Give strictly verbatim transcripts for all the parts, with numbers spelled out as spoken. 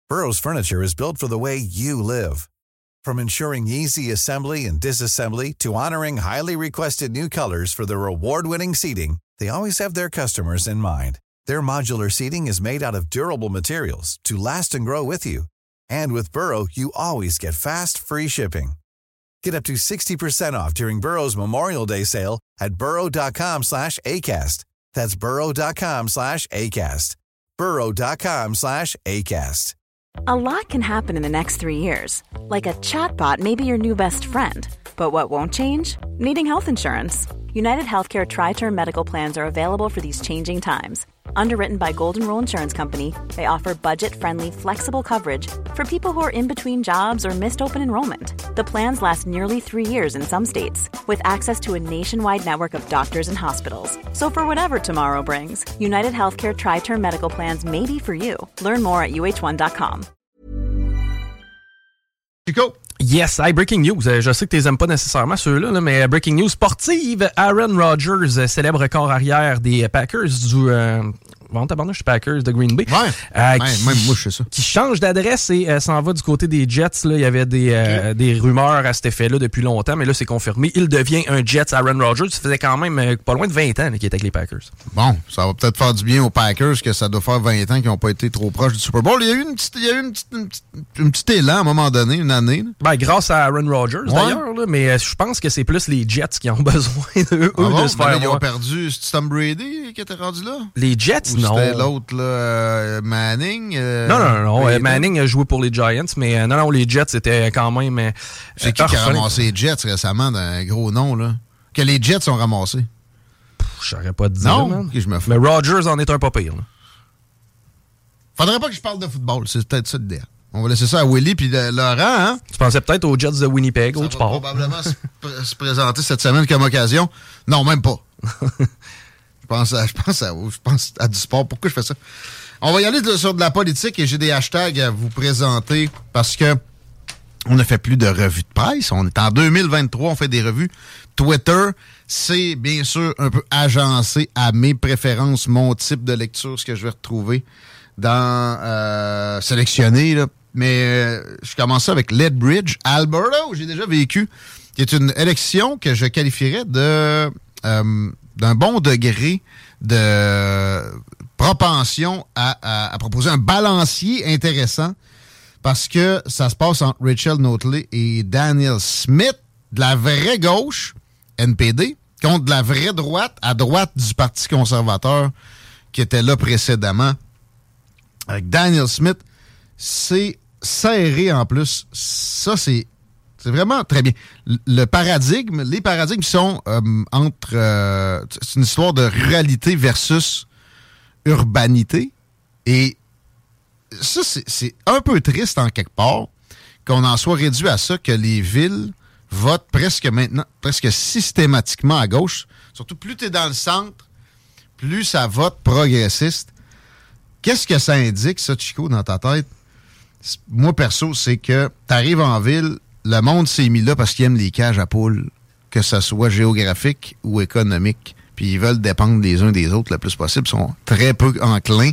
Burrow's furniture is built for the way you live. From ensuring easy assembly and disassembly to honoring highly requested new colors for their award-winning seating, they always have their customers in mind. Their modular seating is made out of durable materials to last and grow with you. And with Burrow, you always get fast, free shipping. Get up to sixty percent off during Burrow's Memorial Day sale at burrow.com slash ACAST. That's burrow.com slash ACAST. burrow.com slash ACAST. A lot can happen in the next three years. Like a chatbot may be your new best friend. But what won't change? Needing health insurance. United Healthcare Tri-Term Medical Plans are available for these changing times. Underwritten by Golden Rule Insurance Company, they offer budget-friendly, flexible coverage for people who are in between jobs or missed open enrollment. The plans last nearly three years in some states, with access to a nationwide network of doctors and hospitals. So for whatever tomorrow brings, United Healthcare Tri-Term Medical Plans may be for you. Learn more at U H one dot com. Chico. Yes, hey, breaking news. Je sais que tu les aimes pas nécessairement ceux-là, là, mais breaking news sportive. Aaron Rodgers, célèbre corps arrière des Packers du... Euh, bon, tabarnouche, Packers de Green Bay. Ouais, euh, ouais qui, même moi, je sais ça. Qui change d'adresse et euh, s'en va du côté des Jets. Là. Il y avait des, euh, okay. des rumeurs à cet effet-là depuis longtemps, mais là, c'est confirmé. Il devient un Jets Aaron Rodgers. Ça faisait quand même euh, pas loin de vingt ans là, qu'il était avec les Packers. Bon, ça va peut-être faire du bien aux Packers que ça doit faire vingt ans qu'ils n'ont pas été trop proches du Super Bowl. Il y a eu une petite, il y a eu une petite, une petite, une petite élan à un moment donné, une année. Là. Ben, grâce à Aaron Rodgers, ouais. d'ailleurs, là, mais euh, je pense que c'est plus les Jets qui ont besoin d'eux ah bon? de se faire là, ils voir. ont perdu. C'est Tom Brady qui était rendu là? Les Jets, ou non. C'était l'autre, là, euh, Manning? Euh, non, non, non. non. Manning a joué pour les Giants, mais euh, non, non, les Jets, c'était quand même... Euh, c'est qui qui a ramassé les Jets récemment d'un gros nom, là? Que les Jets ont ramassé? Je saurais pas te dire, non? man. Okay, je me fous. Mais Rodgers en est un pas pire, là. Faudrait pas que je parle de football, c'est peut-être ça l'idée. On va laisser ça à Willy puis Laurent, hein? Tu pensais peut-être aux Jets de Winnipeg, ça au va sport. probablement se, pr- se présenter cette semaine comme occasion. Non, même pas. je pense à, je pense à, je pense à du sport. Pourquoi je fais ça? On va y aller de, sur de la politique et j'ai des hashtags à vous présenter parce que on a fait plus de revues de presse. On est en deux mille vingt-trois, on fait des revues. Twitter, c'est bien sûr un peu agencé à mes préférences, mon type de lecture, ce que je vais retrouver dans euh, sélectionné, là. Mais euh, je commence ça avec Lethbridge, Alberta, où j'ai déjà vécu, qui est une élection que je qualifierais de euh, d'un bon degré de propension à, à, à proposer un balancier intéressant parce que ça se passe entre Rachel Notley et Daniel Smith, de la vraie gauche, N P D, contre de la vraie droite, à droite du Parti conservateur qui était là précédemment. Avec Daniel Smith, c'est serré en plus. Ça, c'est, c'est vraiment très bien. Le paradigme, les paradigmes sont euh, entre... Euh, c'est une histoire de ruralité versus urbanité. Et ça, c'est, c'est un peu triste en quelque part qu'on en soit réduit à ça, que les villes votent presque maintenant, presque systématiquement à gauche. Surtout plus tu es dans le centre, plus ça vote progressiste. Qu'est-ce que ça indique, ça, Chico, dans ta tête? Moi, perso, c'est que t'arrives en ville, le monde s'est mis là parce qu'ils aiment les cages à poules, que ce soit géographique ou économique, puis ils veulent dépendre les uns des autres le plus possible, ils sont très peu enclins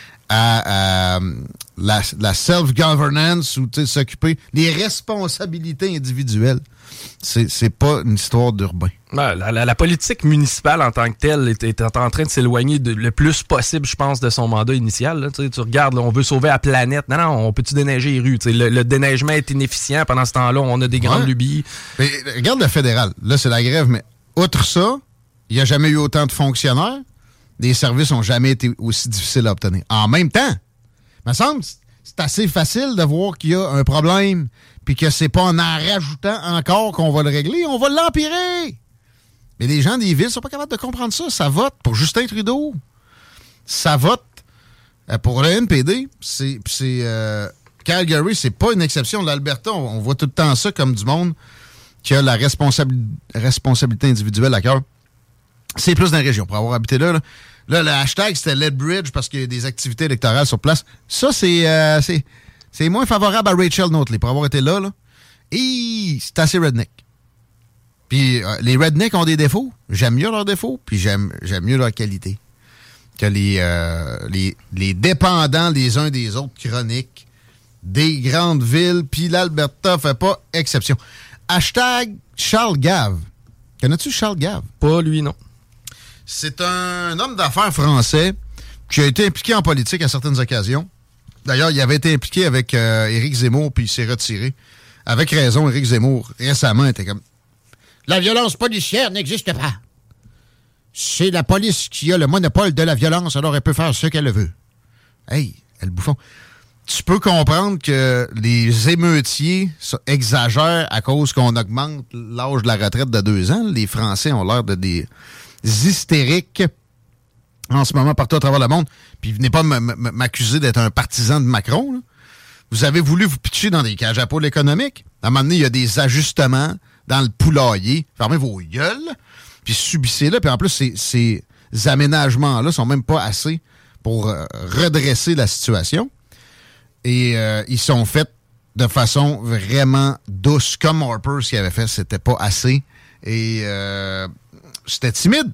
à, à la, la self-governance ou s'occuper des responsabilités individuelles. C'est, c'est pas une histoire d'urbain. La, la, la politique municipale en tant que telle est, est en train de s'éloigner de, le plus possible, je pense, de son mandat initial. Là. Tu, tu regardes, là, on veut sauver la planète. Non, non, on peut-tu déneiger les rues? Le, le déneigement est inefficient. Pendant ce temps-là, on a des grandes ouais. lubies. Mais, regarde le fédéral. Là, c'est la grève, mais outre ça, il n'y a jamais eu autant de fonctionnaires. Les services n'ont jamais été aussi difficiles à obtenir. En même temps, il me semble c'est assez facile de voir qu'il y a un problème puis que c'est pas en en rajoutant encore qu'on va le régler, on va l'empirer. Mais les gens des villes sont pas capables de comprendre ça. Ça vote pour Justin Trudeau. Ça vote pour le N P D. C'est, c'est euh, Calgary, c'est pas une exception. L'Alberta, on, on voit tout le temps ça comme du monde qui a la responsabil- responsabilité individuelle à cœur. C'est plus dans la région. Pour avoir habité là, là, là le hashtag, c'était Lethbridge parce qu'il y a des activités électorales sur place. Ça, c'est, euh, c'est, c'est moins favorable à Rachel Notley pour avoir été là. là. Et c'est assez redneck. Puis euh, les rednecks ont des défauts. J'aime mieux leurs défauts, puis j'aime, j'aime mieux leur qualité. Que les, euh, les, les dépendants les uns des autres chroniques des grandes villes, puis l'Alberta fait pas exception. Hashtag Charles Gave. Connais-tu Charles Gave? Pas lui, non. C'est un homme d'affaires français qui a été impliqué en politique à certaines occasions. D'ailleurs, il avait été impliqué avec euh, Éric Zemmour, puis il s'est retiré. Avec raison, Éric Zemmour, récemment, était comme... La violence policière n'existe pas. C'est la police qui a le monopole de la violence, alors elle peut faire ce qu'elle veut. Hey, elle bouffon. Tu peux comprendre que les émeutiers exagèrent à cause qu'on augmente l'âge de la retraite de deux ans. Les Français ont l'air de des hystériques en ce moment partout à travers le monde. Puis venez pas m'accuser d'être un partisan de Macron, là. Vous avez voulu vous pitcher dans des cages à poules économiques. À un moment donné, il y a des ajustements dans le poulailler. Fermez vos gueules, puis subissez-le. Puis en plus, ces, ces aménagements-là sont même pas assez pour euh, redresser la situation. Et euh, ils sont faits de façon vraiment douce, comme Harper, ce qu'il avait fait, c'était pas assez. Et euh, c'était timide.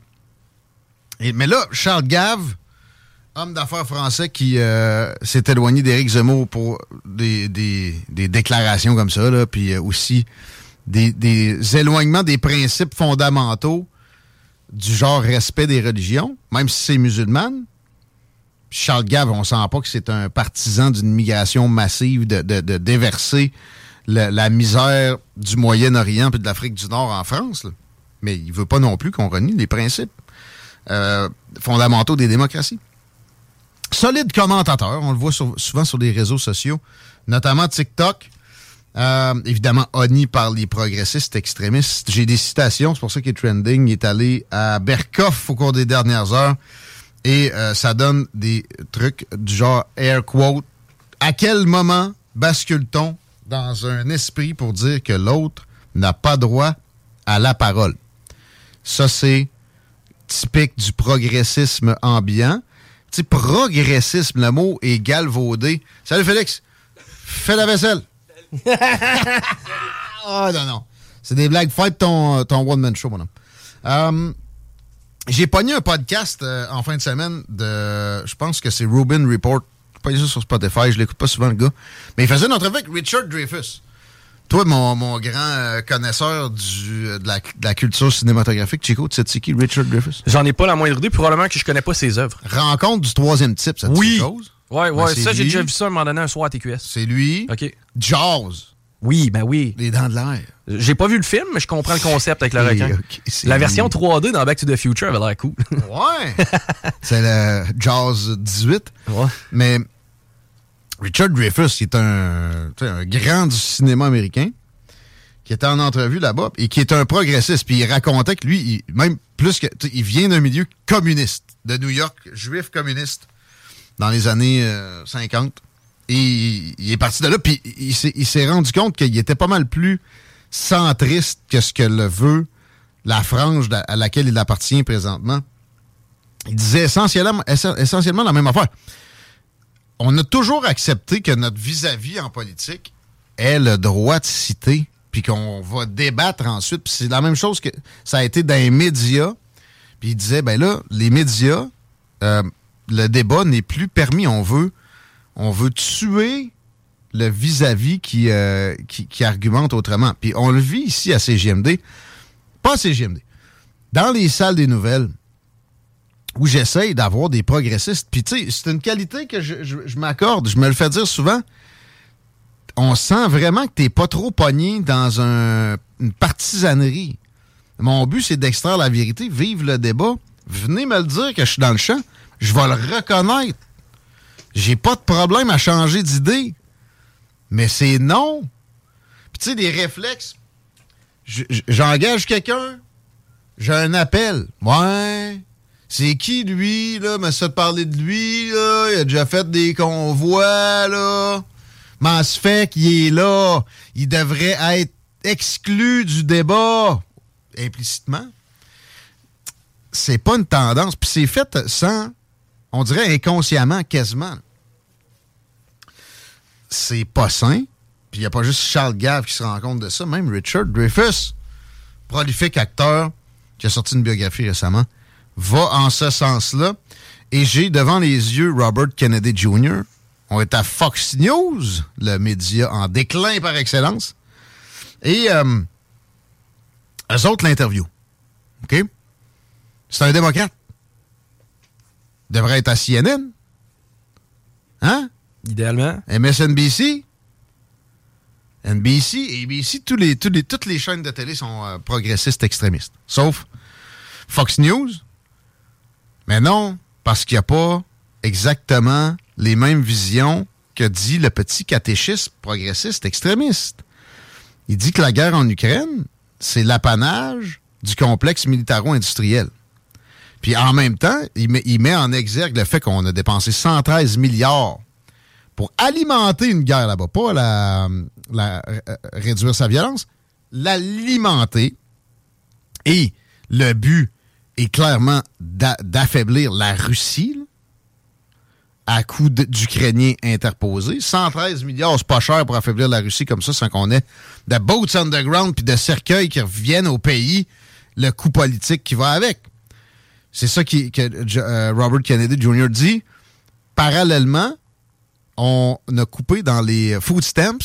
Et, mais là, Charles Gave, homme d'affaires français qui euh, s'est éloigné d'Éric Zemmour pour des, des, des déclarations comme ça, là, puis euh, aussi des, des éloignements des principes fondamentaux du genre respect des religions, même si c'est musulmane. Charles Gave, on sent pas que c'est un partisan d'une migration massive, de, de, de déverser le, la misère du Moyen-Orient puis de l'Afrique du Nord en France, là. Mais il veut pas non plus qu'on renie les principes euh, fondamentaux des démocraties. Solide commentateur, on le voit sur, souvent sur les réseaux sociaux, notamment TikTok. Euh, évidemment, honni par les progressistes extrémistes. J'ai des citations, c'est pour ça qu'il est trending. Il est allé à Berkoff au cours des dernières heures et euh, ça donne des trucs du genre air quote. À quel moment bascule-t-on dans un esprit pour dire que l'autre n'a pas droit à la parole? Ça, c'est typique du progressisme ambiant. Tu sais, progressisme, le mot est galvaudé. Salut Félix, fais la vaisselle. Ah oh, non, non. C'est des blagues. Faites ton, ton one-man show, mon homme. Um, j'ai pogné un podcast euh, en fin de semaine de, je pense que c'est Rubin Report. Je pas ça sur Spotify, je l'écoute pas souvent, le gars. Mais il faisait une entrevue avec Richard Dreyfuss. Toi, mon, mon grand euh, connaisseur du, de, la, de la culture cinématographique, Chico, tu sais c'est qui, Richard Dreyfuss? J'en ai pas la moindre idée, probablement que je connais pas ses œuvres. Rencontre du troisième type, ça te oui. dit quelque chose? Ouais, ouais, ben, ça, lui. j'ai déjà vu ça à un moment donné un soir à T Q S. C'est lui. OK. Jaws. Oui, ben oui. Les Dents de l'air. J'ai pas vu le film, mais je comprends le concept avec le requin. Okay, la version trois D dans Back to the Future avait l'air cool. Ouais. C'est le Jaws dix-huit. Ouais. Mais Richard Dreyfuss, qui est un, un grand du cinéma américain, qui était en entrevue là-bas, et qui est un progressiste. Puis il racontait que lui, il, même plus que... Il vient d'un milieu communiste, de New York, juif communiste, dans les années euh, cinquante. Et il, il est parti de là, puis il, il, il s'est rendu compte qu'il était pas mal plus centriste que ce que le veut la frange à laquelle il appartient présentement. Il disait essentiellement, essentiellement la même affaire. On a toujours accepté que notre vis-à-vis en politique ait le droit de citer, puis qu'on va débattre ensuite. Puis c'est la même chose que ça a été dans les médias. Puis il disait, ben là, les médias, euh, le débat n'est plus permis. On veut, on veut tuer le vis-à-vis qui, euh, qui, qui argumente autrement. Puis on le vit ici à C G M D. Pas à C G M D. Dans les salles des nouvelles, où j'essaye d'avoir des progressistes. Puis tu sais, c'est une qualité que je, je, je m'accorde. Je me le fais dire souvent. On sent vraiment que t'es pas trop pogné dans un, une partisanerie. Mon but, c'est d'extraire la vérité, vivre le débat. Venez me le dire que je suis dans le champ. Je vais le reconnaître. J'ai pas de problème à changer d'idée. Mais c'est non. Puis tu sais, des réflexes. J'engage quelqu'un. J'ai un appel. Ouais. C'est qui, lui, là? Me ça de parler de lui, là? Il a déjà fait des convois, là. M'en se fait qu'il est là. Il devrait être exclu du débat. Implicitement. C'est pas une tendance. Puis c'est fait sans, on dirait inconsciemment, quasiment. C'est pas sain. Puis il n'y a pas juste Charles Gave qui se rend compte de ça. Même Richard Dreyfuss, prolifique acteur, qui a sorti une biographie récemment, va en ce sens-là. Et j'ai devant les yeux Robert Kennedy junior On est à Fox News, le média en déclin par excellence. Et euh, eux autres l'interview. OK? C'est un démocrate. Il devrait être à C N N. Hein? Idéalement. M S N B C. N B C, A B C, tous les, tous les, toutes les chaînes de télé sont euh, progressistes extrémistes. Sauf Fox News. Mais non, parce qu'il n'y a pas exactement les mêmes visions que dit le petit catéchisme progressiste extrémiste. Il dit que la guerre en Ukraine, c'est l'apanage du complexe militaro-industriel. Puis en même temps, il met, il met en exergue le fait qu'on a dépensé cent treize milliards pour alimenter une guerre là-bas, pas la, la euh, réduire sa violence, l'alimenter. Et le but est clairement d'a, d'affaiblir la Russie là, à coup d'Ukrainiens interposés. cent treize milliards, c'est pas cher pour affaiblir la Russie comme ça sans qu'on ait de boots underground puis de cercueils qui reviennent au pays, le coût politique qui va avec. C'est ça qui, que euh, Robert Kennedy junior dit. Parallèlement, on a coupé dans les food stamps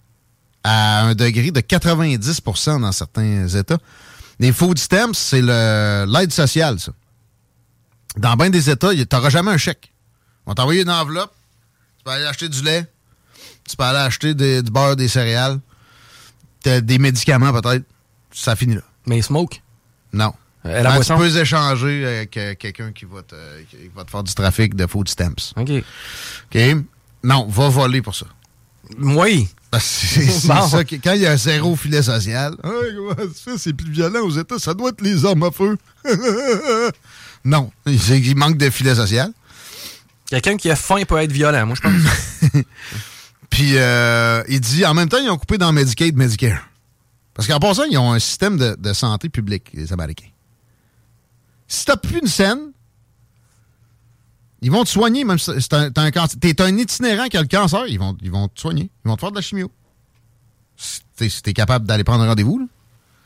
à un degré de quatre-vingt-dix pour cent dans certains États. Les food stamps, c'est le, l'aide sociale, ça. Dans bien des États, tu n'auras jamais un chèque. On va t'envoyer une enveloppe, tu peux aller acheter du lait, tu peux aller acheter des, du beurre, des céréales, des médicaments peut-être. Ça finit là. Mais smoke? Non. Euh, la ben, boisson? Tu peux les échanger avec euh, quelqu'un qui va, te, qui va te faire du trafic de food stamps. OK. OK? Non, va voler pour ça. Oui. C'est, c'est bon. Ça, quand il y a un zéro filet social, hey, ça, c'est plus violent aux États, ça doit être les armes à feu. Non, il manque de filet social. Quelqu'un qui a faim peut être violent, moi, je pense. Puis, euh, il dit, en même temps, ils ont coupé dans Medicaid, Medicare. Parce qu'en passant, ils ont un système de, de santé publique, les Américains. Si t'as plus une scène, ils vont te soigner, même si t'es un, un, t'es un itinérant qui a le cancer, ils vont, ils vont te soigner. Ils vont te faire de la chimio. Si t'es, si t'es capable d'aller prendre un rendez-vous, là.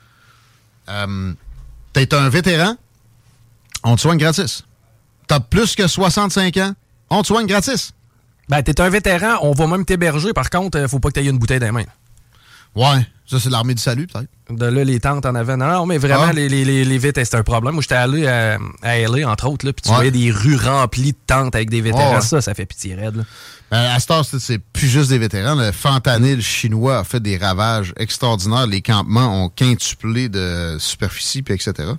Euh, t'es un vétéran, on te soigne gratis. T'as plus que soixante-cinq ans, on te soigne gratis. Ben, t'es un vétéran, on va même t'héberger. Par contre, faut pas que t'aies une bouteille dans les mains. Ouais, ça, c'est l'armée du salut, peut-être. De là, les tentes en avant. Non, non, mais vraiment, ah. les, les, les, les vétérans, c'est un problème. Moi, j'étais allé à, à L A, entre autres, là, puis tu ouais. voyais des rues remplies de tentes avec des vétérans. Oh, ouais. Ça, ça fait pitié raide. Là. Euh, à cette heure, c'est, c'est plus juste des vétérans. Le fentanyl chinois a fait des ravages extraordinaires. Les campements ont quintuplé de superficie, puis et cetera.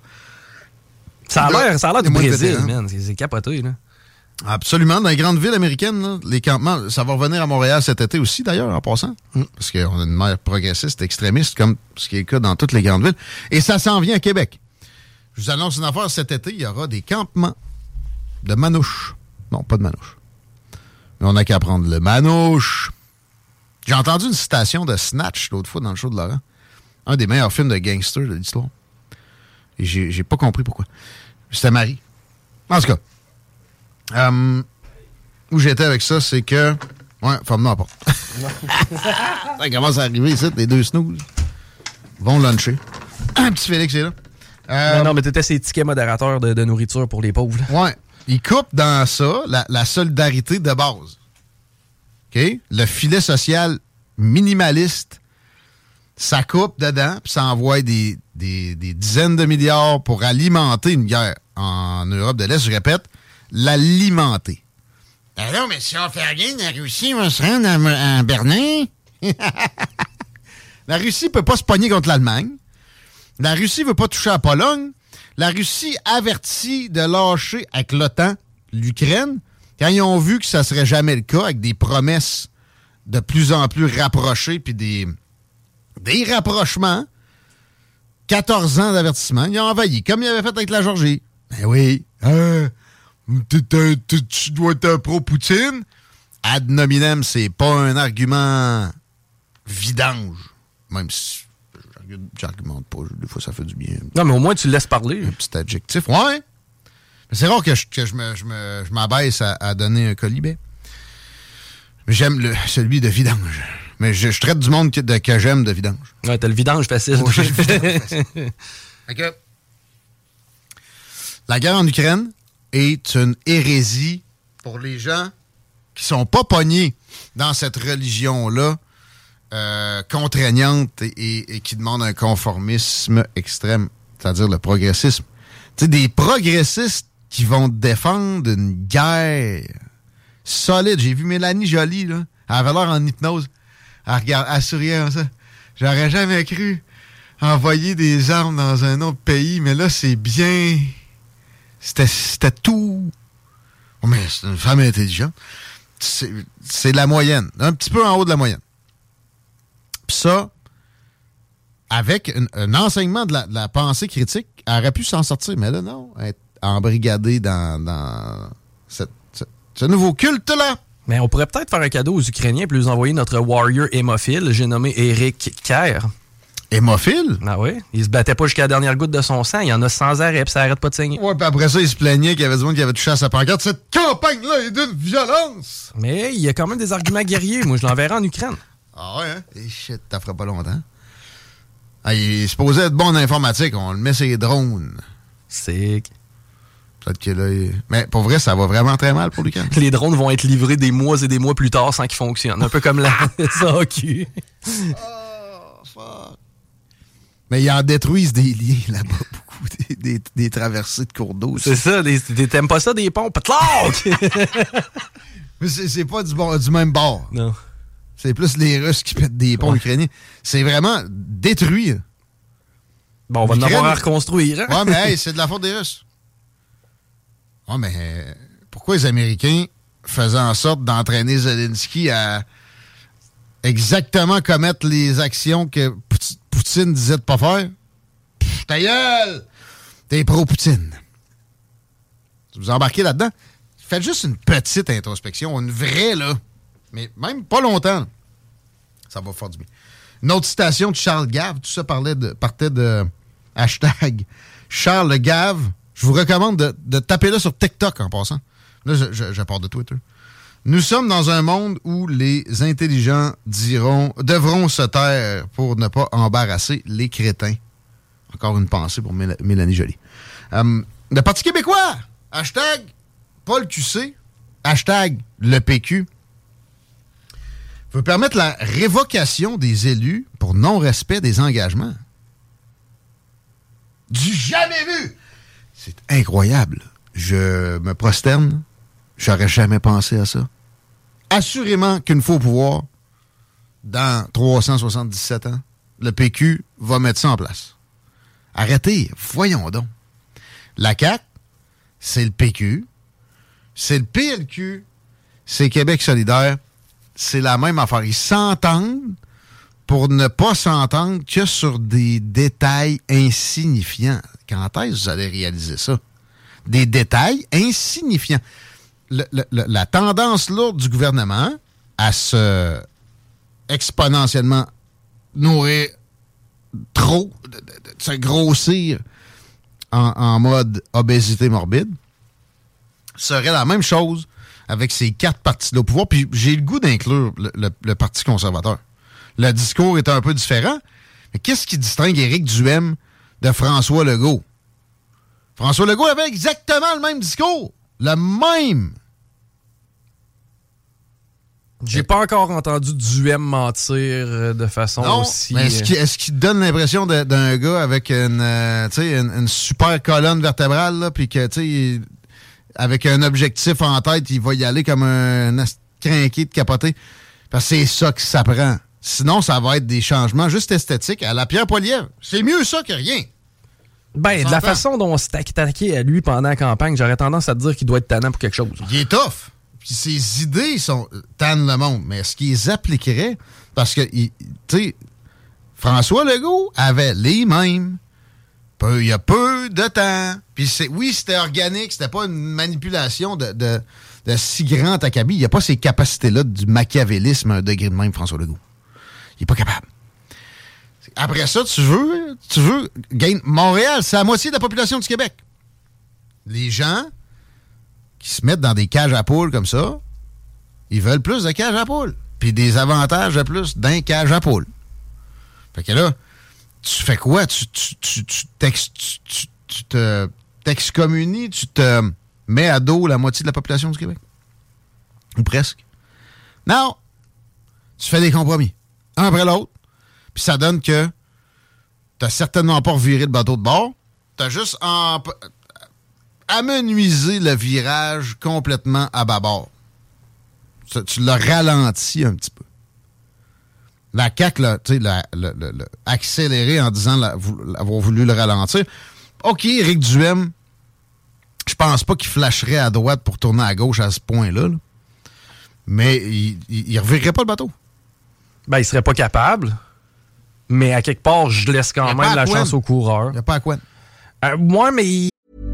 Ça a l'air, ça a l'air du Brésil, man. C'est, c'est capoté, là. Absolument. Dans les grandes villes américaines, là, les campements, ça va revenir à Montréal cet été aussi, d'ailleurs, en passant. Mm. Parce qu'on a une mer progressiste, extrémiste, comme ce qui est le cas dans toutes les grandes villes. Et ça s'en vient à Québec. Je vous annonce une affaire, cet été, il y aura des campements de manouches. Non, pas de manouches. Mais on n'a qu'à prendre le manouche. J'ai entendu une citation de Snatch l'autre fois dans le show de Laurent. Un des meilleurs films de gangsters de l'histoire. Et j'ai, j'ai pas compris pourquoi. C'était Marie. En tout cas. Um, où j'étais avec ça, c'est que... Ouais, ferme-nous la porte. Ça commence à arriver ici, les deux snooze vont luncher. Un petit Félix est là. Euh, non, non, mais t'étais ces tickets modérateurs de, de nourriture pour les pauvres. Là. Ouais. Ils coupent dans ça la, la solidarité de base. OK? Le filet social minimaliste, ça coupe dedans, puis ça envoie des, des, des dizaines de milliards pour alimenter une guerre en Europe de l'Est. Je répète, l'alimenter. Ah non, mais si on fait rien, la Russie va se rendre à, à Berlin. La Russie peut pas se pogner contre l'Allemagne. La Russie veut pas toucher à la Pologne. La Russie avertit de lâcher avec l'OTAN l'Ukraine quand ils ont vu que ça serait jamais le cas, avec des promesses de plus en plus rapprochées puis des, des rapprochements. quatorze ans d'avertissement. Ils ont envahi, comme ils avaient fait avec la Géorgie. Ben oui. Euh, tu dois être pro-Poutine. Ad nominem, c'est pas un argument vidange. Même si j'argumente pas, des fois ça fait du bien. Non, mais au moins tu le laisses parler. Un petit adjectif, ouais. Mais c'est rare que je, que je, me, je, me, je m'abaisse à, à donner un colibet. J'aime le, celui de vidange. Mais je, je traite du monde que, de, que j'aime de vidange. Ouais, t'as le vidange facile. Ouais, j'ai le vidange facile. Okay. La guerre en Ukraine est une hérésie pour les gens qui sont pas pognés dans cette religion-là euh, contraignante et, et, et qui demande un conformisme extrême, c'est-à-dire le progressisme. Tu sais, des progressistes qui vont défendre une guerre solide. J'ai vu Mélanie Joly, là. Elle avait l'air en hypnose. Elle regarde, elle souriait comme ça. J'aurais jamais cru envoyer des armes dans un autre pays, mais là, c'est bien. C'était, c'était tout. Oh, mais c'est une femme intelligente. C'est, c'est la moyenne. Un petit peu en haut de la moyenne. Puis ça, avec un, un enseignement de la, de la pensée critique, elle aurait pu s'en sortir. Mais là, non. Être embrigadée dans, dans cette, cette, ce nouveau culte-là. Mais on pourrait peut-être faire un cadeau aux Ukrainiens et les envoyer notre warrior hémophile, j'ai nommé Eric Kerr. Hémophile? Ah oui? Il se battait pas jusqu'à la dernière goutte de son sang. Il y en a sans arrêt, puis ça arrête pas de saigner. Ouais, puis après ça, il se plaignait qu'il y avait du monde qui avait touché à sa pancarte. Cette campagne-là est d'une violence! Mais il y a quand même des arguments guerriers. Moi, je l'enverrai en Ukraine. Ah ouais, hein? Et shit, t'en feras pas longtemps. Ah, il est supposé être bon en informatique. On le met sur les drones. C'est... Peut-être que là... Il... Mais pour vrai, ça va vraiment très mal pour l'Ukraine. Les drones vont être livrés des mois et des mois plus tard sans qu'ils fonctionnent. Un peu comme la S A Q. Oh, fuck. Mais ils en détruisent des liens là-bas, beaucoup. Des, des, des traversées de cours d'eau. C'est ça. Des, t'aimes pas ça, des ponts? Patlac! Mais c'est, c'est pas du, bon, du même bord. Non. C'est plus les Russes qui pètent des ponts ouais. ukrainiens. C'est vraiment détruit. Bon, on va en avoir à reconstruire. Hein? Ouais, mais hey, c'est de la faute des Russes. Ouais, mais euh, pourquoi les Américains faisaient en sorte d'entraîner Zelensky à exactement commettre les actions que Poutine disait de pas faire? Pff, ta gueule! T'es pro-Poutine. Vous embarquez là-dedans? Faites juste une petite introspection, une vraie, là. Mais même pas longtemps. Ça va faire du bien. Une autre citation de Charles Gave, tout ça parlait de, partait de hashtag Charles Gave. Je vous recommande de, de taper là sur TikTok en passant. Là, je, je, je pars de Twitter. Nous sommes dans un monde où les intelligents diront, devront se taire pour ne pas embarrasser les crétins. Encore une pensée pour Mél- Mélanie Joly. Euh, le Parti québécois, hashtag Paul Q C, hashtag le P Q, veut permettre la révocation des élus pour non-respect des engagements. Du jamais vu! C'est incroyable. Je me prosterne. J'aurais jamais pensé à ça. Assurément qu'une fois au pouvoir, dans trois cent soixante-dix-sept ans, le P Q va mettre ça en place. Arrêtez, voyons donc. La C A Q, c'est le P Q, c'est le P L Q, c'est Québec solidaire, c'est la même affaire. Ils s'entendent pour ne pas s'entendre que sur des détails insignifiants. Quand est-ce que vous allez réaliser ça? Des détails insignifiants. Le, le, le, la tendance lourde du gouvernement à se exponentiellement nourrir trop, de, de, de se grossir en, en mode obésité morbide, serait la même chose avec ces quatre partis-là au pouvoir. Puis j'ai le goût d'inclure le, le, le Parti conservateur. Le discours est un peu différent, mais qu'est-ce qui distingue Éric Duhaime de François Legault? François Legault avait exactement le même discours. Le même. J'ai pas encore entendu Duhaime mentir de façon non, aussi... Mais est-ce qu'il, est-ce qu'il donne l'impression de, d'un gars avec une, euh, une, une super colonne vertébrale, là, puis que, tu sais, avec un objectif en tête, il va y aller comme un, un crinqué de capoter? Parce que c'est ça que ça prend. Sinon, ça va être des changements juste esthétiques à la Pierre Poilievre. C'est mieux ça que rien. Ben, de la façon dont on s'est attaqué à lui pendant la campagne, j'aurais tendance à te dire qu'il doit être tannant pour quelque chose. Il est tough. Puis ses idées sont tannent le monde. Mais est-ce qu'ils appliqueraient? Parce que, tu sais, François Legault avait les mêmes. Peu, il y a peu de temps. Puis c'est, oui, c'était organique. C'était pas une manipulation de, de, de si grand acabit. Il n'y a pas ces capacités-là du machiavélisme à un degré de même, François Legault. Il n'est pas capable. Après ça, tu veux, tu veux gagner. Montréal, c'est la moitié de la population du Québec. Les gens qui se mettent dans des cages à poules comme ça, ils veulent plus de cages à poules. Puis des avantages de plus d'un cage à poules. Fait que là, tu fais quoi? Tu, tu, tu, tu, t'ex, tu, tu, tu te t'excommunies, tu te mets à dos la moitié de la population du Québec. Ou presque. Non, tu fais des compromis, un après l'autre, puis ça donne que t'as certainement pas reviré le bateau de bord, t'as juste en... amenuisé le virage complètement à bâbord. Ça, tu l'as ralenti un petit peu. La C A Q l'a, tu sais, l'a, l'a, l'a, l'a accéléré en disant la, avoir voulu le ralentir. OK, Éric Duhaime, je pense pas qu'il flasherait à droite pour tourner à gauche à ce point-là, là. Mais il, il, il revirerait pas le bateau. Ben, il serait pas capable. Mais à quelque part, je laisse quand même la chance au coureur. Il n'y a pas à quoi. Euh, moi, mais...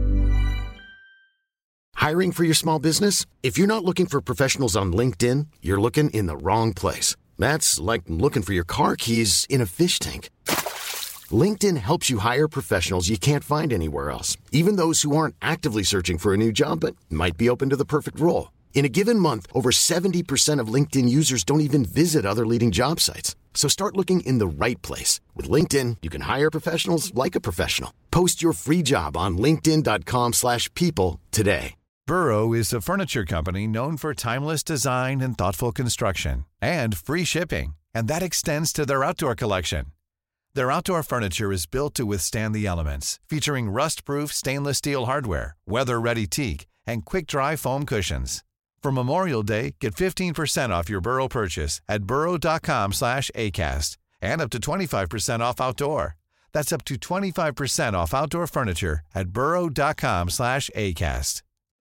Hiring for your small business? If you're not looking for professionals on LinkedIn, you're looking in the wrong place. That's like looking for your car keys in a fish tank. LinkedIn helps you hire professionals you can't find anywhere else, even those who aren't actively searching for a new job but might be open to the perfect role. In a given month, over seventy percent of LinkedIn users don't even visit other leading job sites. So start looking in the right place. With LinkedIn, you can hire professionals like a professional. Post your free job on linkedin dot com slash people today. Burrow is a furniture company known for timeless design and thoughtful construction, and free shipping, and that extends to their outdoor collection. Their outdoor furniture is built to withstand the elements, featuring rust-proof stainless steel hardware, weather-ready teak, and quick-dry foam cushions. For Memorial Day, get fifteen percent off your Burrow purchase at burrow dot com slash acast, and up to twenty-five percent off outdoor. That's up to twenty-five percent off outdoor furniture at burrow dot com slash acast.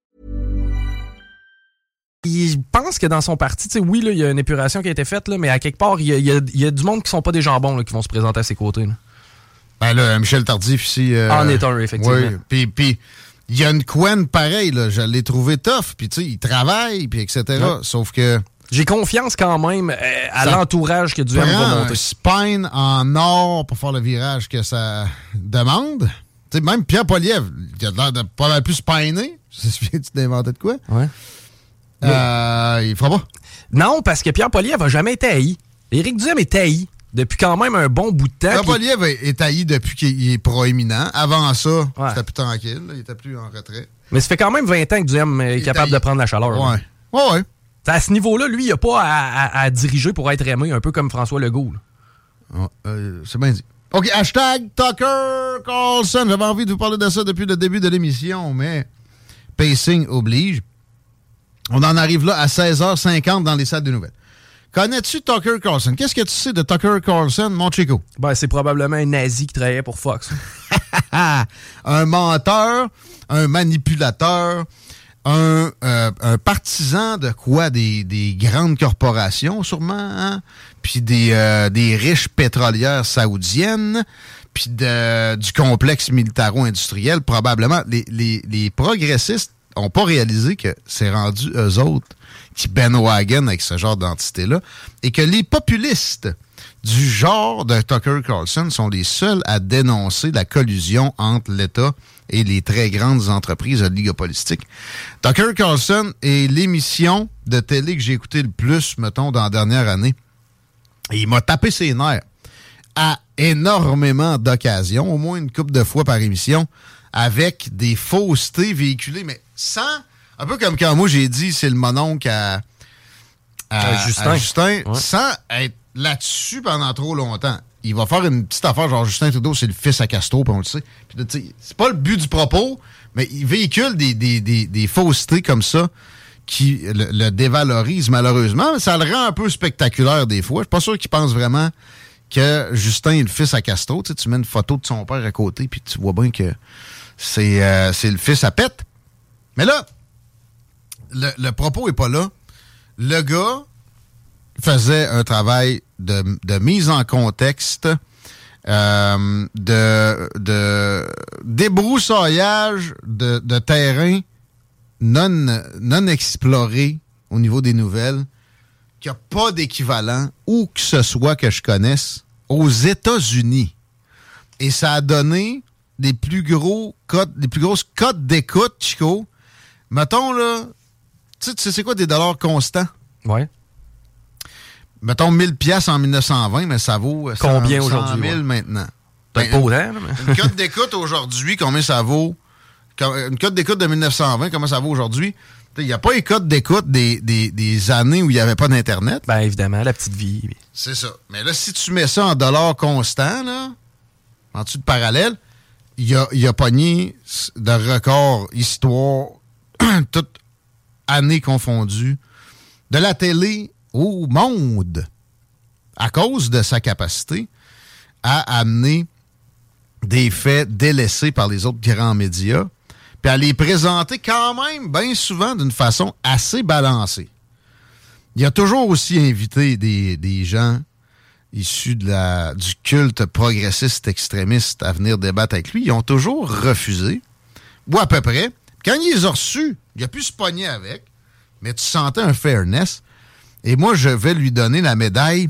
Je pense que dans son parti, tu sais, oui, il y a une épuration qui a été faite, là, mais à quelque part, il y, y, y a du monde qui sont pas des jambons là, qui vont se présenter à ses côtés. Là. Ben là, Michel Tardif ici... Euh, en est un, effectivement. Oui, puis... puis il y a une couenne pareille, là. Je l'ai trouvé tough, puis tu sais, il travaille, puis et cetera. Ouais. Sauf que... J'ai confiance quand même euh, à l'entourage que Duhaime va monter. Un spine en or pour faire le virage que ça demande. Tu sais, même Pierre Poilievre, il a l'air de pas mal plus spiner. Je sais pas, tu t'inventais de quoi? Ouais. Euh, il fera pas. Non, parce que Pierre Poilievre n'a jamais été haï. Éric Duhaime est haï depuis quand même un bon bout de temps. Pierre Poilievre est haï depuis qu'il est proéminent. Avant ça, ouais. C'était plus tranquille. Là, il était plus en retrait. Mais ça fait quand même vingt ans que Duhaime est capable de prendre la chaleur. Ouais. Ouais, ouais. À ce niveau-là, lui, il n'a pas à, à, à diriger pour être aimé, un peu comme François Legault. Oh, euh, c'est bien dit. OK, hashtag Tucker Carlson. J'avais envie de vous parler de ça depuis le début de l'émission, mais pacing oblige. On en arrive là à seize heures cinquante dans les salles de nouvelles. Connais-tu Tucker Carlson? Qu'est-ce que tu sais de Tucker Carlson, mon Chico? Ben, c'est probablement un nazi qui travaillait pour Fox. Un menteur, un manipulateur, un, euh, un partisan de quoi? Des, des grandes corporations, sûrement, hein? Puis des, euh, des riches pétrolières saoudiennes, puis de, du complexe militaro-industriel, probablement. Les, les, les progressistes n'ont pas réalisé que c'est rendu eux autres qui bandwagon avec ce genre d'entité-là, et que les populistes du genre de Tucker Carlson sont les seuls à dénoncer la collusion entre l'État et les très grandes entreprises oligopolistiques. Tucker Carlson est l'émission de télé que j'ai écouté le plus, mettons, dans la dernière année. Et il m'a tapé ses nerfs à énormément d'occasions, au moins une couple de fois par émission, avec des faussetés véhiculées, mais sans... Un peu comme quand moi j'ai dit c'est le mononcle à, à, à Justin, à Justin ouais. Sans être là-dessus pendant trop longtemps. Il va faire une petite affaire genre Justin Trudeau, c'est le fils à Castro, puis on le sait. Puis, c'est pas le but du propos, mais il véhicule des, des, des, des faussetés comme ça qui le, le dévalorisent malheureusement. Ça le rend un peu spectaculaire des fois. Je suis pas sûr qu'il pense vraiment que Justin est le fils à Castro. Tu sais, tu mets une photo de son père à côté, puis tu vois bien que c'est, euh, c'est le fils à Pète. Mais là, Le, le propos est pas là. Le gars faisait un travail de, de mise en contexte, euh, de, de débroussaillage de, de terrain non, non exploré au niveau des nouvelles, qui n'a pas d'équivalent, où que ce soit que je connaisse, aux États-Unis. Et ça a donné des plus gros codes, des plus grosses cotes d'écoute, Chico. Mettons, là, tu sais, c'est quoi des dollars constants? Ouais. Mettons mille piastres en mille neuf cent vingt, mais ça vaut combien cent, aujourd'hui? cent mille ouais. maintenant. Ben, pas autant, mais... Une cote d'écoute aujourd'hui, combien ça vaut? Une cote d'écoute de mille neuf cent vingt, comment ça vaut aujourd'hui? Il n'y a pas les codes d'écoute des, des, des années où il n'y avait pas d'Internet. Ben, évidemment, la petite vie. C'est ça. Mais là, si tu mets ça en dollars constants, là, en dessous de parallèle, il a, il a pogné de record histoire, toute année confondue, de la télé au monde, à cause de sa capacité à amener des faits délaissés par les autres grands médias, puis à les présenter quand même bien souvent d'une façon assez balancée. Il a toujours aussi invité des, des gens issus de la, du culte progressiste extrémiste à venir débattre avec lui. Ils ont toujours refusé, ou à peu près. Quand il les a reçus, il a pu se pogner avec, mais tu sentais un fairness. Et moi, je vais lui donner la médaille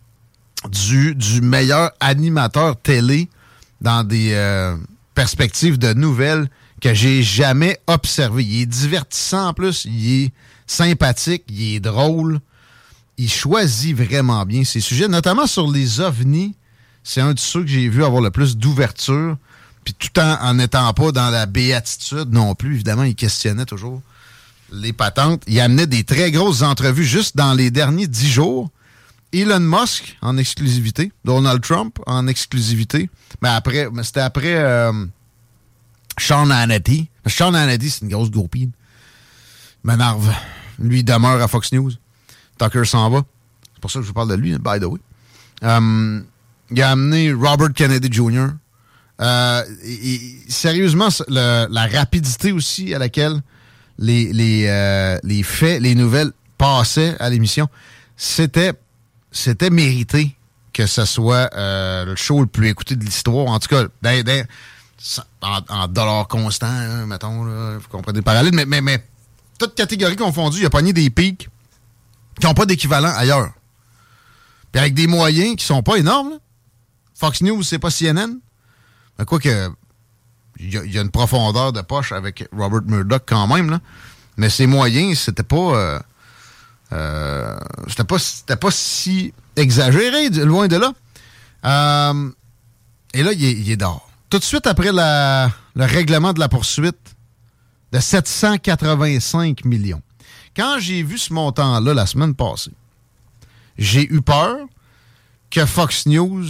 du, du meilleur animateur télé dans des euh, perspectives de nouvelles que j'ai jamais observé. Il est divertissant en plus, il est sympathique, il est drôle. Il choisit vraiment bien ses sujets, notamment sur les ovnis. C'est un de ceux que j'ai vu avoir le plus d'ouverture, puis tout en n'étant pas dans la béatitude non plus. Évidemment, il questionnait toujours les patentes. Il amenait des très grosses entrevues juste dans les derniers dix jours. Elon Musk en exclusivité, Donald Trump en exclusivité. Mais après, mais c'était après... Euh, Sean Hannity. Sean Hannity, c'est une grosse goupille. M'énerve. Lui, il demeure à Fox News. Tucker s'en va. C'est pour ça que je vous parle de lui, by the way. Um, il a amené Robert Kennedy junior Euh, et, et, sérieusement, le, la rapidité aussi à laquelle les, les, euh, les faits, les nouvelles passaient à l'émission, c'était, c'était mérité que ce soit euh, le show le plus écouté de l'histoire. En tout cas, dans, dans, En, en dollars constants, hein, mettons, là, vous comprenez le parallèle, mais, mais, mais toute catégorie confondue, il a pogné des pics qui n'ont pas d'équivalent ailleurs. Puis avec des moyens qui sont pas énormes, là. Fox News, c'est pas C N N. Mais quoi que, il y, y a une profondeur de poche avec Robert Murdoch quand même, là. Mais ses moyens, c'était pas, euh, euh, c'était pas, c'était pas si exagéré, loin de là. Euh, et là, il est, il est dehors. Tout de suite après la, le règlement de la poursuite de sept cent quatre-vingt-cinq millions. Quand j'ai vu ce montant-là la semaine passée, j'ai eu peur que Fox News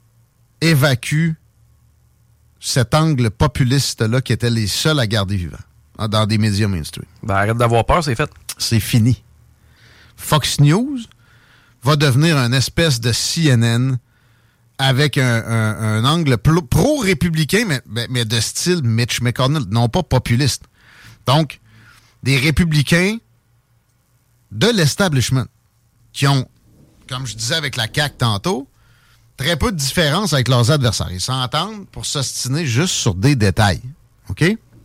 évacue cet angle populiste-là qui était les seuls à garder vivant dans des médias mainstream. Ben, arrête d'avoir peur, c'est fait. C'est fini. Fox News va devenir une espèce de C N N avec un, un, un angle pro-républicain, mais, mais, mais de style Mitch McConnell, non pas populiste. Donc, des républicains de l'establishment qui ont, comme je disais avec la C A Q tantôt, très peu de différence avec leurs adversaires. Ils s'entendent pour s'ostiner juste sur des détails. OK?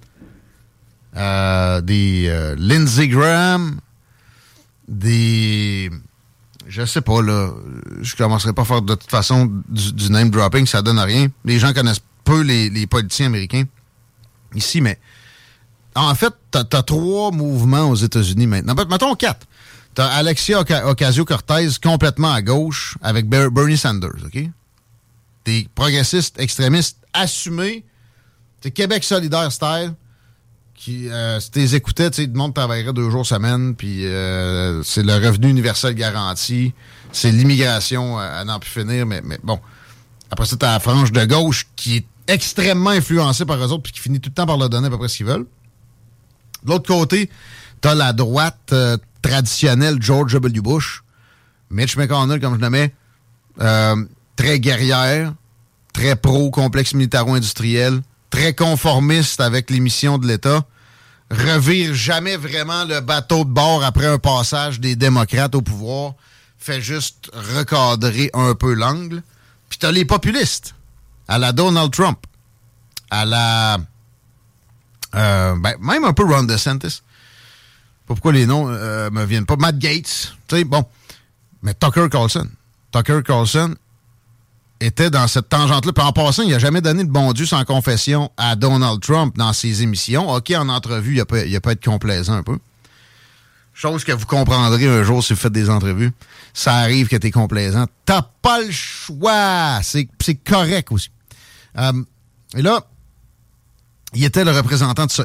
Euh, des euh, Lindsey Graham, des... Je sais pas, là. Je commencerai pas à faire de toute façon du, du name dropping, ça donne rien. Les gens connaissent peu les, les politiciens américains ici, mais en fait, t'as, t'as trois mouvements aux États-Unis maintenant. Mettons quatre. T'as Alexia Ocasio-Cortez complètement à gauche avec Bernie Sanders, OK? Des progressistes extrémistes assumés. T'es Québec solidaire style. Qui, euh, si tu les écoutais, tu sais, le monde travaillerait deux jours semaine, puis euh, c'est le revenu universel garanti, c'est l'immigration à, à n'en plus finir, mais, mais bon. Après ça, t'as la frange de gauche qui est extrêmement influencée par eux autres, puis qui finit tout le temps par leur donner à peu près ce qu'ils veulent. De l'autre côté, t'as la droite euh, traditionnelle George W. Bush, Mitch McConnell, comme je le nommais, euh, très guerrière, très pro-complexe militaro-industriel, très conformiste avec les missions de l'État, revire jamais vraiment le bateau de bord après un passage des démocrates au pouvoir, fait juste recadrer un peu l'angle. Puis t'as les populistes, à la Donald Trump, à la... Euh, ben, même un peu Ron DeSantis. Pourquoi les noms euh, me viennent pas? Matt Gaetz, tu sais, bon. Mais Tucker Carlson. Tucker Carlson était dans cette tangente-là. Puis en passant, il n'a jamais donné de bon Dieu sans confession à Donald Trump dans ses émissions. OK, en entrevue, il a peut, il a peut être complaisant un peu. Chose que vous comprendrez un jour si vous faites des entrevues. Ça arrive que tu es complaisant. T'as pas le choix. C'est, c'est correct aussi. Euh, et là, il était le représentant de ça. Peut-être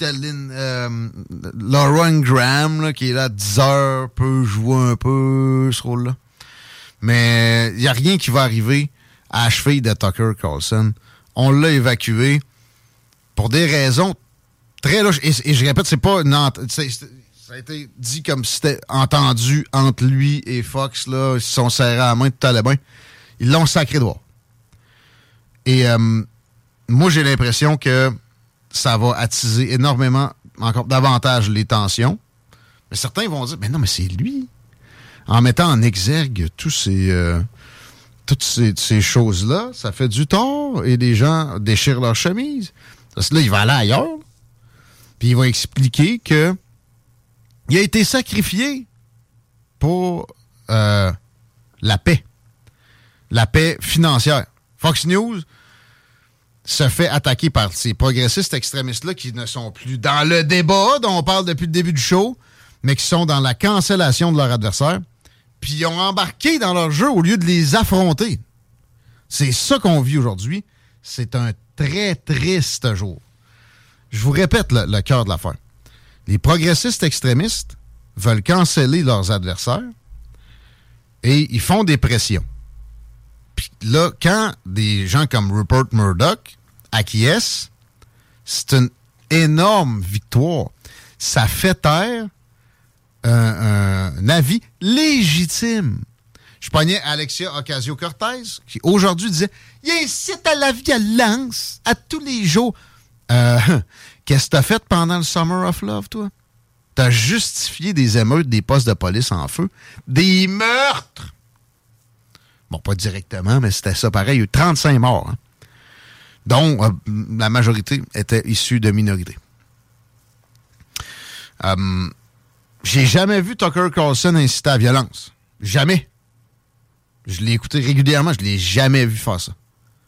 c'était Lynn, euh, Lauren Graham, là, qui est là à dix heures, peut jouer un peu ce rôle-là. Mais il n'y a rien qui va arriver à la cheville de Tucker Carlson. On l'a évacué pour des raisons très louches. Et, et je répète, c'est pas une ent- c'est, c'est, ça a été dit comme si c'était entendu entre lui et Fox. Là, ils se sont serrés à la main, tout allait bien. Ils l'ont sacré dehors. Et euh, moi, j'ai l'impression que ça va attiser énormément, encore davantage les tensions. Mais certains vont dire, mais non, mais c'est lui. En mettant en exergue tous ces, euh, toutes ces, ces choses-là, ça fait du tort et les gens déchirent leur chemise. Parce que là, il va aller ailleurs. Puis il va expliquer que il a été sacrifié pour euh, la paix. La paix financière. Fox News se fait attaquer par ces progressistes extrémistes-là qui ne sont plus dans le débat dont on parle depuis le début du show, mais qui sont dans la cancellation de leur adversaire. Puis ils ont embarqué dans leur jeu au lieu de les affronter. C'est ça qu'on vit aujourd'hui. C'est un très triste jour. Je vous répète le, le cœur de l'affaire. Les progressistes extrémistes veulent canceller leurs adversaires et ils font des pressions. Puis là, quand des gens comme Rupert Murdoch acquiescent, c'est une énorme victoire. Ça fait taire un, un avis légitime. Je pognais Alexia Ocasio-Cortez, qui aujourd'hui disait « Il incite à la violence à tous les jours. Euh, » Qu'est-ce que t'as fait pendant le Summer of Love, toi? T'as justifié des émeutes, des postes de police en feu, des meurtres. Bon, pas directement, mais c'était ça pareil. Il y a eu trente-cinq morts, hein, dont euh, la majorité était issue de minorités. Euh, j'ai jamais vu Tucker Carlson inciter à la violence. Jamais. Je l'ai écouté régulièrement, je l'ai jamais vu faire ça.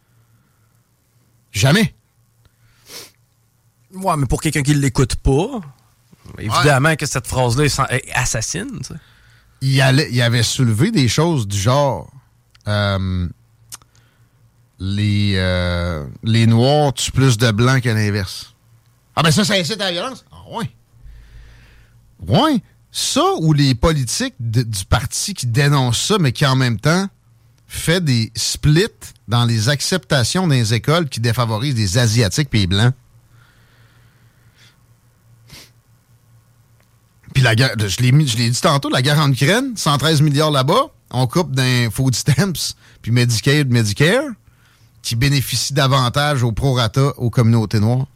Jamais. Ouais, mais pour quelqu'un qui ne l'écoute pas, évidemment ouais. que cette phrase-là est, est assassine. Tu sais. Il, allait, il avait soulevé des choses du genre euh, les, euh, les Noirs tuent plus de Blancs qu'à l'inverse. Ah ben ça, ça incite à la violence? Ah ouais. Ouais. Ça ou les politiques de, du parti qui dénoncent ça, mais qui en même temps fait des splits dans les acceptations dans les écoles qui défavorisent les Asiatiques et les Blancs. Puis la guerre, je l'ai mis, je l'ai dit tantôt, la guerre en Ukraine, cent treize milliards là-bas, on coupe d'un food stamps puis Medicaid, Medicare, qui bénéficient davantage au prorata aux communautés noires.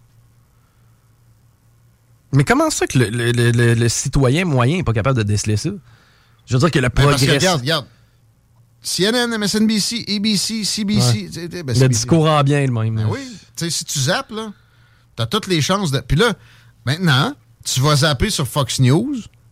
Mais comment ça que le, le, le, le citoyen moyen n'est pas capable de déceler ça? Je veux dire que le progrès... Parce que regarde, regarde. C N N, M S N B C, A B C, C B C... Ouais. Ben, le discours ambiant le même. Ben oui. Tu sais, si tu zappes, là, t'as toutes les chances de... Puis là, maintenant... Tu vas zapper sur Fox News,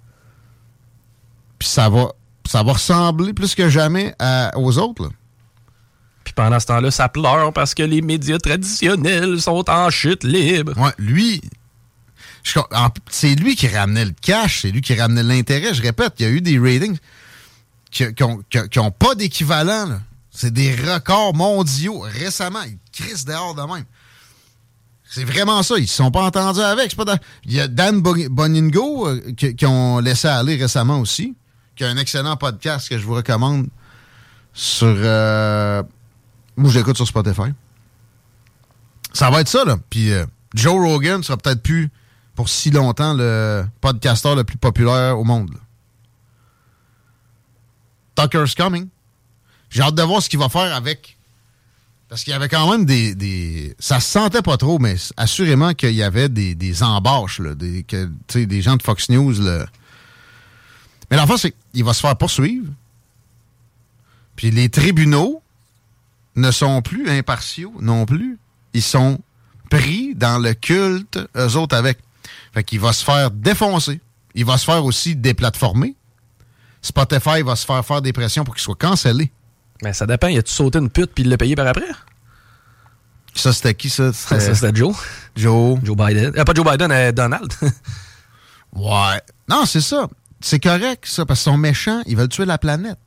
puis ça va, ça va ressembler plus que jamais à, aux autres. Là. Puis pendant ce temps-là, ça pleure parce que les médias traditionnels sont en chute libre. Ouais, lui, je, en, c'est lui qui ramenait le cash, c'est lui qui ramenait l'intérêt. Je répète, il y a eu des ratings qui n'ont pas d'équivalent. Là. C'est des records mondiaux récemment. Ils crissent dehors de même. C'est vraiment ça. Ils ne se sont pas entendus avec. C'est pas dans... Il y a Dan Boningo euh, qui, qui ont laissé aller récemment aussi, qui a un excellent podcast que je vous recommande sur... Euh... Moi, je l'écoute sur Spotify. Ça va être ça, là. Puis euh, Joe Rogan sera peut-être plus, pour si longtemps, le podcasteur le plus populaire au monde. Là. Tucker's coming. J'ai hâte de voir ce qu'il va faire avec... Parce qu'il y avait quand même des... des... Ça se sentait pas trop, mais assurément qu'il y avait des, des embâches, là, des, que, des gens de Fox News. Là. Mais l'enfant, c'est qu'il va se faire poursuivre. Puis les tribunaux ne sont plus impartiaux non plus. Ils sont pris dans le culte, eux autres avec. Fait qu'il va se faire défoncer. Il va se faire aussi déplatformer. Spotify va se faire faire des pressions pour qu'il soit cancellé. Mais ça dépend. Il a-tu sauté une pute puis il l'a payé par après? Ça, c'était qui, ça? C'était, ça, c'était Joe. Joe. Joe Biden. Euh, pas Joe Biden, euh, Donald. Ouais. Non, c'est ça. C'est correct, ça, parce qu'ils sont méchants. Ils veulent tuer la planète.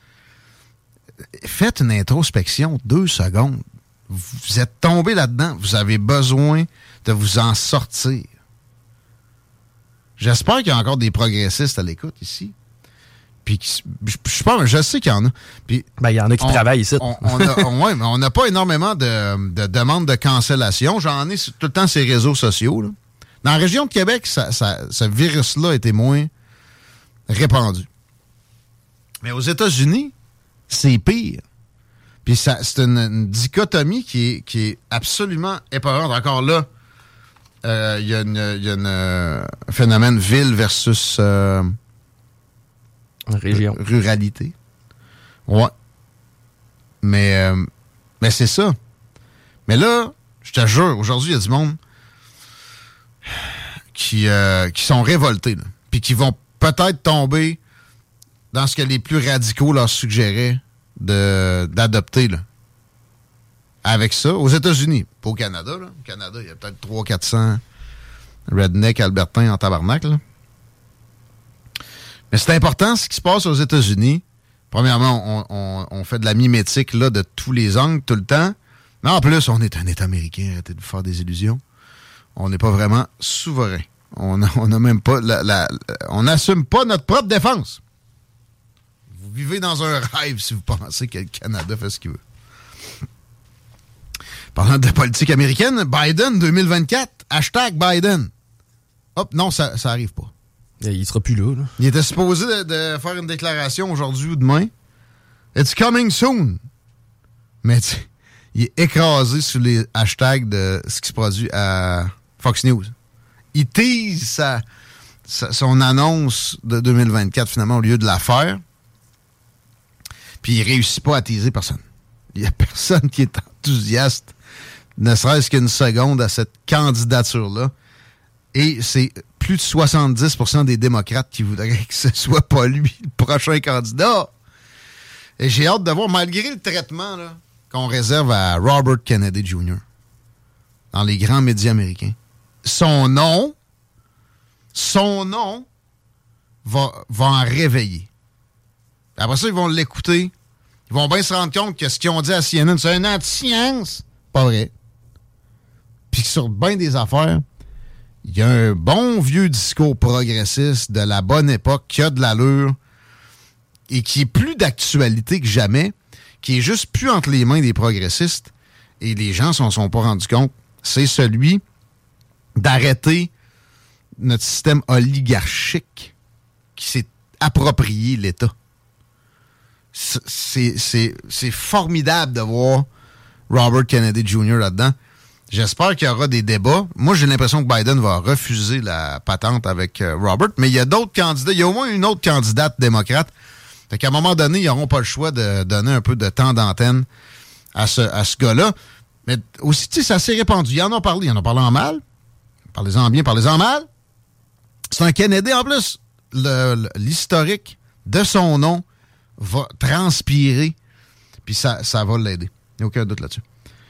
Faites une introspection, deux secondes. Vous êtes tombé là-dedans. Vous avez besoin de vous en sortir. J'espère qu'il y a encore des progressistes à l'écoute ici. Puis, je, je pense, je sais qu'il y en a. Puis, ben, il y en a qui on, travaillent ici. On, on a, ouais, mais on n'a pas énormément de, de demandes de cancellation. J'en ai tout le temps ces réseaux sociaux. Là. Dans la région de Québec, ça, ça, ce virus-là était moins répandu. Mais aux États-Unis, c'est pire. Puis ça, c'est une, une dichotomie qui est, qui est absolument épeurante. Encore là, il euh, y a, une, y a une, euh, un phénomène ville versus euh, région. Ruralité. Ouais. Mais, euh, mais c'est ça. Mais là, je te jure, aujourd'hui, il y a du monde qui, euh, qui sont révoltés. Là, puis qui vont peut-être tomber dans ce que les plus radicaux leur suggéraient de, d'adopter. Là. Avec ça, aux États-Unis, pas au Canada. Là. Au Canada, il y a peut-être trois cents à quatre cents rednecks albertains en tabarnak. Là. Mais c'est important ce qui se passe aux États-Unis. Premièrement, on, on, on fait de la mimétique là, de tous les angles, tout le temps. Mais en plus, on est un État américain. Arrêtez de vous faire des illusions. On n'est pas vraiment souverain. On n'a on a même pas... La, la, on n'assume pas notre propre défense. Vous vivez dans un rêve si vous pensez que le Canada fait ce qu'il veut. Parlant de politique américaine, Biden deux mille vingt-quatre, hashtag Biden. Hop, non, ça, ça arrive pas. Il sera plus là, là. Il était supposé de, de faire une déclaration aujourd'hui ou demain. It's coming soon. Mais tu il est écrasé sur les hashtags de ce qui se produit à Fox News. Il tease sa, sa, son annonce de deux mille vingt-quatre, finalement, au lieu de la faire. Puis il réussit pas à teaser personne. Il y a personne qui est enthousiaste, ne serait-ce qu'une seconde, à cette candidature-là. Et c'est plus de soixante-dix pour cent des démocrates qui voudraient que ce soit pas lui le prochain candidat. Et j'ai hâte de voir, malgré le traitement là, qu'on réserve à Robert Kennedy junior dans les grands médias américains, son nom, son nom va, va en réveiller. Après ça, ils vont l'écouter. Ils vont bien se rendre compte que ce qu'ils ont dit à C N N, c'est un anti-science. Pas vrai. Puis que sur bien des affaires, il y a un bon vieux discours progressiste de la bonne époque qui a de l'allure et qui est plus d'actualité que jamais, qui est juste plus entre les mains des progressistes, et les gens s'en sont pas rendus compte. C'est celui d'arrêter notre système oligarchique qui s'est approprié l'État. C'est, c'est, c'est formidable de voir Robert Kennedy junior là-dedans. J'espère qu'il y aura des débats. Moi, j'ai l'impression que Biden va refuser la patente avec euh, Robert, mais il y a d'autres candidats. Il y a au moins une autre candidate démocrate. Fait qu'à un moment donné, ils n'auront pas le choix de donner un peu de temps d'antenne à ce, à ce gars-là. Mais aussi, tu sais, ça s'est répandu. Ils en ont parlé. Ils en ont parlé en mal. Parlez-en bien, parlez-en mal. C'est un Kennedy. En plus, le, le, l'historique de son nom va transpirer, puis ça, ça va l'aider. Il n'y a aucun doute là-dessus.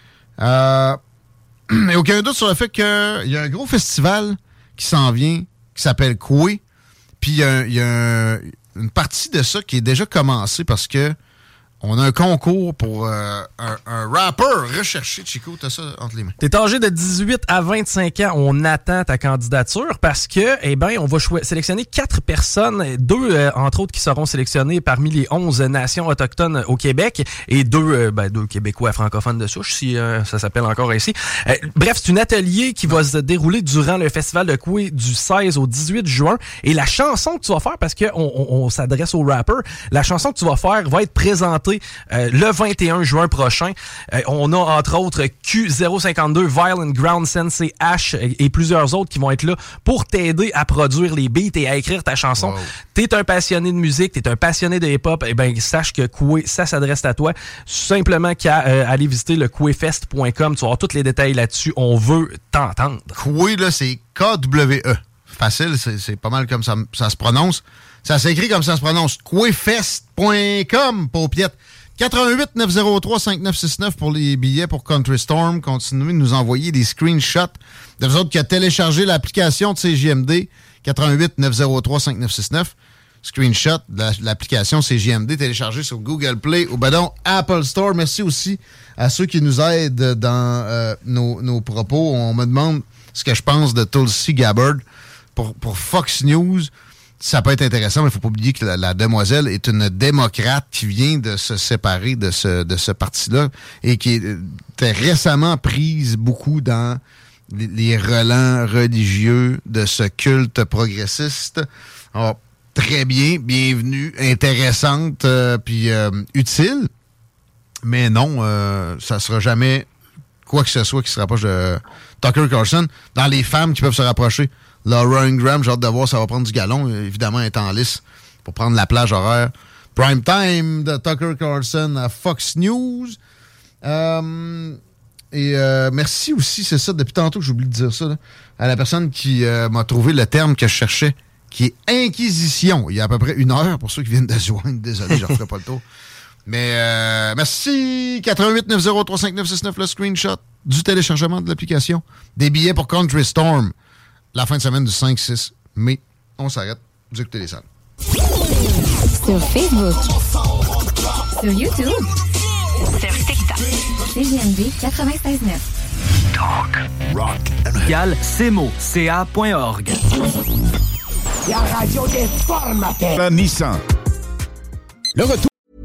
Euh, il n'y a aucun doute sur le fait qu'il y a un gros festival qui s'en vient, qui s'appelle Coué, puis il y a, y a un, une partie de ça qui est déjà commencée parce que on a un concours pour euh, un, un rappeur recherché. Chico, t'as ça entre les mains. T'es âgé de dix-huit à vingt-cinq ans. On attend ta candidature parce que, eh ben, on va cho- sélectionner quatre personnes, deux, euh, entre autres, qui seront sélectionnées parmi les onze nations autochtones au Québec et deux, euh, ben, deux Québécois francophones de souche, si euh, ça s'appelle encore ainsi. Euh, bref, c'est un atelier qui va se dérouler durant le festival de Coué du seize au dix-huit juin. Et la chanson que tu vas faire, parce qu'on on, on s'adresse aux rappers, la chanson que tu vas faire va être présentée Euh, le vingt et un juin prochain. Euh, on a entre autres Q zéro cinquante-deux, Violent Ground, Sensei H et, et plusieurs autres qui vont être là pour t'aider à produire les beats et à écrire ta chanson. Wow. T'es un passionné de musique, t'es un passionné de hip-hop, eh ben sache que Coué, ça s'adresse à toi. Simplement qu'à euh, aller visiter le coué fest point com. Tu vas avoir tous les détails là-dessus. On veut t'entendre. Coué, là, c'est K W E. Facile, c'est, c'est pas mal comme ça, ça se prononce. Ça s'écrit comme ça se prononce. coué fest point com, paupiette. quatre un huit neuf zéro trois cinq neuf six neuf pour les billets pour Country Storm. Continuez de nous envoyer des screenshots de vous autres qui a téléchargé l'application de C J M D. quatre un huit neuf zéro trois cinq neuf six neuf. Screenshot de la, l'application C J M D téléchargée sur Google Play ou ben donc Apple Store. Merci aussi à ceux qui nous aident dans euh, nos, nos propos. On me demande ce que je pense de Tulsi Gabbard. pour, pour Fox News, ça peut être intéressant, mais il ne faut pas oublier que la, la demoiselle est une démocrate qui vient de se séparer de ce, de ce parti-là et qui était récemment prise beaucoup dans les, les relents religieux de ce culte progressiste. Alors, très bien, bienvenue, intéressante, euh, puis euh, utile. Mais non, euh, ça ne sera jamais quoi que ce soit qui se rapproche de Tucker Carlson. Dans les femmes qui peuvent se rapprocher, Laura Ingraham, j'ai hâte de voir, ça va prendre du galon. Évidemment, elle est en lice pour prendre la plage horaire. Prime time de Tucker Carlson à Fox News. Euh, et euh, merci aussi, c'est ça, depuis tantôt que j'oublie de dire ça, là, à la personne qui euh, m'a trouvé le terme que je cherchais, qui est inquisition. Il y a à peu près une heure, pour ceux qui viennent de se joindre. Désolé, je ne referai pas le tour. Mais euh, merci. quatre un huit neuf zéro trois cinq neuf six neuf, le screenshot du téléchargement de l'application. Des billets pour Country Storm. La fin de semaine du cinq six mai. On s'arrête. Vous écoutez les salles. Sur Facebook. Sur YouTube. Sur TikTok. C G M D quatre-vingt-seize neuf. Talk, rock and Gal Cmo, C A point org. La radio des formateurs. Nissan. Le retour.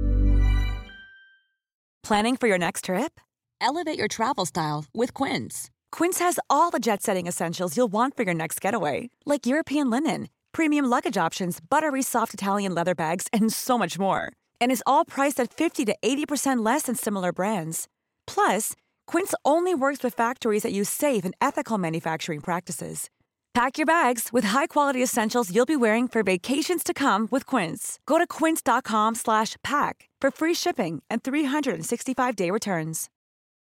Planning for your next trip? Elevate your travel style with Quince. Quince has all the jet-setting essentials you'll want for your next getaway, like European linen, premium luggage options, buttery soft Italian leather bags, and so much more. And is all priced at fifty to eighty percent less than similar brands. Plus, Quince only works with factories that use safe and ethical manufacturing practices. Pack your bags with high-quality essentials you'll be wearing for vacations to come with Quince. Go to quince.com slash pack for free shipping and three sixty-five day returns.